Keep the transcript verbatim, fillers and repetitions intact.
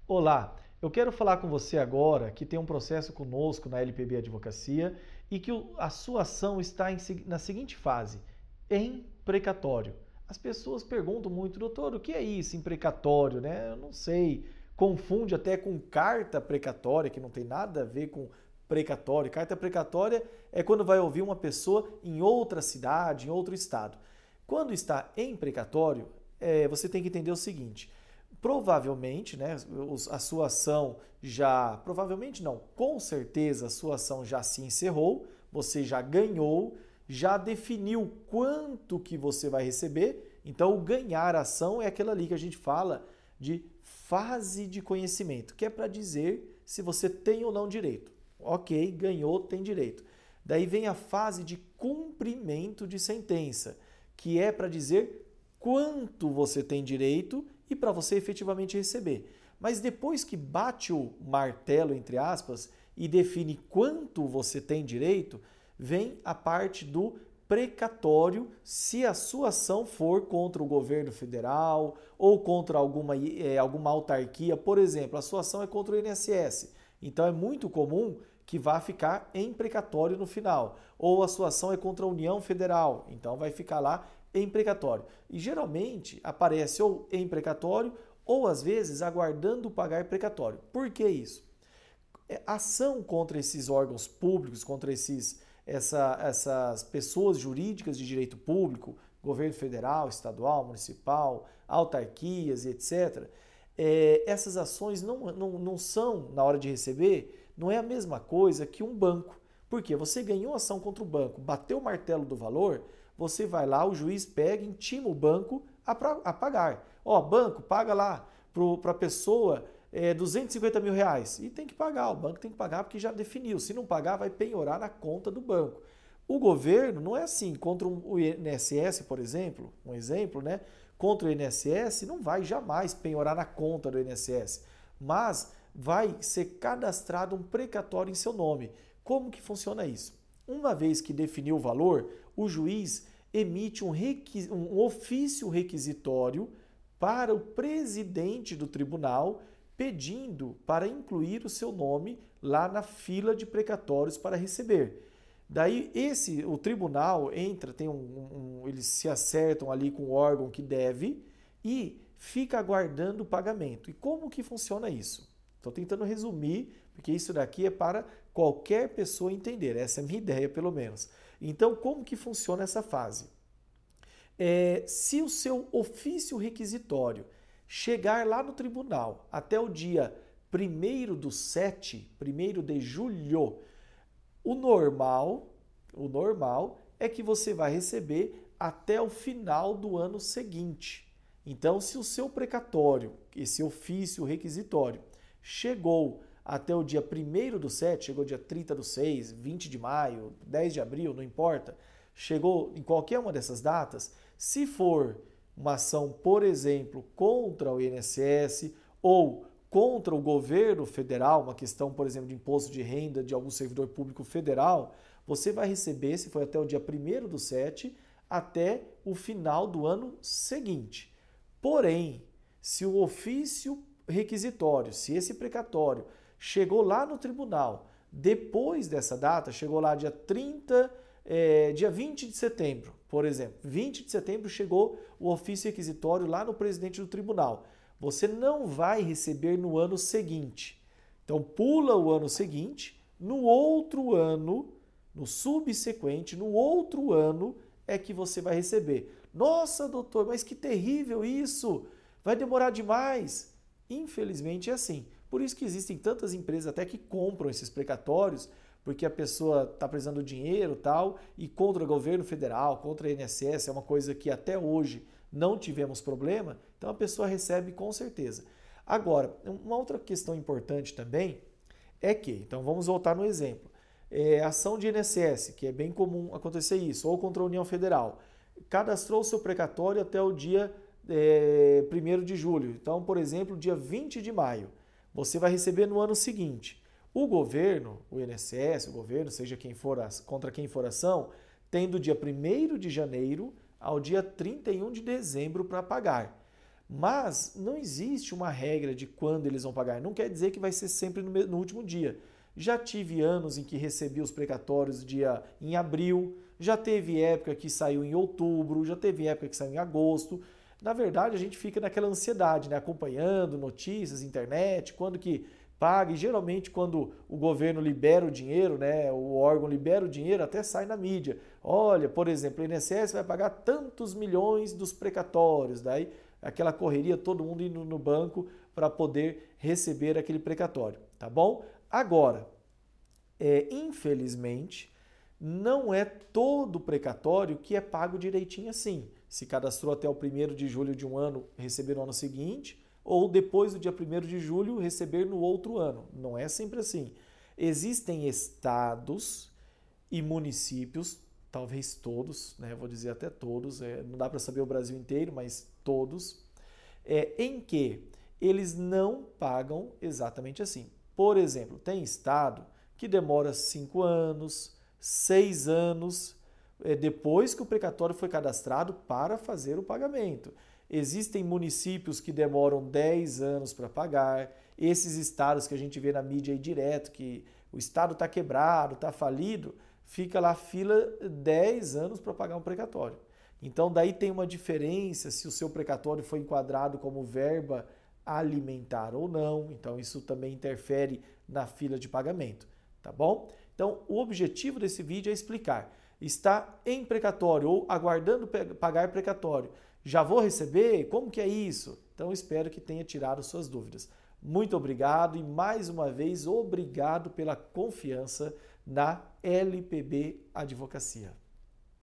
Olá, eu quero falar com você agora que tem um processo conosco na L P B Advocacia e que o- a sua ação está em se- na seguinte fase: em precatório. As pessoas perguntam muito, doutor, o que é isso, imprecatório, né? Eu não sei. Confunde até com carta precatória, que não tem nada a ver com precatório. Carta precatória é quando vai ouvir uma pessoa em outra cidade, em outro estado. Quando está em precatório, é, você tem que entender o seguinte: provavelmente, né, a sua ação já, provavelmente não, com certeza a sua ação já se encerrou, você já ganhou, já definiu quanto que você vai receber. Então, o ganhar a ação é aquela ali que a gente fala de fase de conhecimento, que é para dizer se você tem ou não direito. Ok, ganhou, tem direito. Daí vem a fase de cumprimento de sentença, que é para dizer quanto você tem direito e para você efetivamente receber. Mas depois que bate o martelo, entre aspas, e define quanto você tem direito, vem a parte do precatório, se a sua ação for contra o governo federal ou contra alguma, é, alguma autarquia. Por exemplo, a sua ação é contra o I N S S. Então é muito comum que vá ficar em precatório no final. Ou a sua ação é contra a União Federal, então vai ficar lá em precatório. E geralmente aparece ou em precatório ou às vezes aguardando pagar precatório. Por que isso? É, ação contra esses órgãos públicos, contra esses, essa, essas pessoas jurídicas de direito público, governo federal, estadual, municipal, autarquias e etcétera. É, essas ações não, não, não são, na hora de receber, não é a mesma coisa que um banco. Por quê? Você ganhou ação contra o banco, bateu o martelo do valor, você vai lá, o juiz pega, intima o banco a, pra, a pagar. Ó, banco, paga lá para a pessoa é, duzentos e cinquenta mil reais. E tem que pagar, o banco tem que pagar porque já definiu. Se não pagar, vai penhorar na conta do banco. O governo não é assim, contra o I N S S, por exemplo, um exemplo, né? Contra o I N S S, não vai jamais penhorar na conta do I N S S, mas vai ser cadastrado um precatório em seu nome. Como que funciona isso? Uma vez que definiu o valor, o juiz emite um, requis... um ofício requisitório para o presidente do tribunal, pedindo para incluir o seu nome lá na fila de precatórios para receber. Daí esse, o tribunal entra, tem um, um, eles se acertam ali com o órgão que deve e fica aguardando o pagamento. E como que funciona isso? Estou tentando resumir, porque isso daqui é para qualquer pessoa entender. Essa é a minha ideia, pelo menos. Então, como que funciona essa fase? É, se o seu ofício requisitório chegar lá no tribunal até o dia primeiro do sete, primeiro de julho, o normal, o normal é que você vai receber até o final do ano seguinte. Então, se o seu precatório, esse ofício requisitório, chegou até o dia primeiro do sete, chegou dia trinta do seis, vinte de maio, dez de abril, não importa, chegou em qualquer uma dessas datas, se for uma ação, por exemplo, contra o I N S S ou contra o governo federal, uma questão, por exemplo, de imposto de renda de algum servidor público federal, você vai receber, se for até o dia primeiro do sete, até o final do ano seguinte. Porém, se o ofício requisitório, se esse precatório chegou lá no tribunal, depois dessa data, chegou lá dia trinta, é, dia vinte de setembro, por exemplo, vinte de setembro chegou o ofício requisitório lá no presidente do tribunal. Você não vai receber no ano seguinte. Então pula o ano seguinte, no outro ano, no subsequente, no outro ano é que você vai receber. Nossa, doutor, mas que terrível isso! Vai demorar demais. Infelizmente é assim. Por isso que existem tantas empresas até que compram esses precatórios, porque a pessoa está precisando de dinheiro e tal, e contra o governo federal, contra a I N S S, é uma coisa que até hoje não tivemos problema, então a pessoa recebe com certeza. Agora, uma outra questão importante também é que, então vamos voltar no exemplo, é, ação de I N S S, que é bem comum acontecer isso, ou contra a União Federal, cadastrou seu precatório até o dia é, primeiro de julho, então, por exemplo, dia vinte de maio, você vai receber no ano seguinte. O governo, o I N S S, o governo, seja quem for, contra quem for ação, tem do dia primeiro de janeiro ao dia trinta e um de dezembro para pagar. Mas não existe uma regra de quando eles vão pagar. Não quer dizer que vai ser sempre no, no último dia. Já tive anos em que recebi os precatórios dia em abril, já teve época que saiu em outubro, já teve época que saiu em agosto. Na verdade, a gente fica naquela ansiedade, né? Acompanhando notícias, internet, quando que paga. E geralmente quando o governo libera o dinheiro, né? O órgão libera o dinheiro, até sai na mídia. Olha, por exemplo, o I N S S vai pagar tantos milhões dos precatórios. Daí aquela correria, todo mundo indo no banco para poder receber aquele precatório, tá bom? Agora, é, infelizmente, não é todo precatório que é pago direitinho assim. Se cadastrou até o primeiro de julho de um ano, receber no ano seguinte, ou depois do dia primeiro de julho, receber no outro ano. Não é sempre assim. Existem estados e municípios, talvez todos, né? Vou dizer até todos, é, não dá para saber o Brasil inteiro, mas todos, é, em que eles não pagam exatamente assim. Por exemplo, tem estado que demora cinco anos, seis anos, é, depois que o precatório foi cadastrado para fazer o pagamento. Existem municípios que demoram dez anos para pagar. Esses estados que a gente vê na mídia aí direto, que o estado está quebrado, está falido, fica lá fila dez anos para pagar um precatório. Então daí tem uma diferença se o seu precatório foi enquadrado como verba alimentar ou não. Então isso também interfere na fila de pagamento, tá bom? Então o objetivo desse vídeo é explicar. Está em precatório ou aguardando pagar precatório. Já vou receber? Como que é isso? Então espero que tenha tirado suas dúvidas. Muito obrigado e mais uma vez obrigado pela confiança na L P B Advocacia.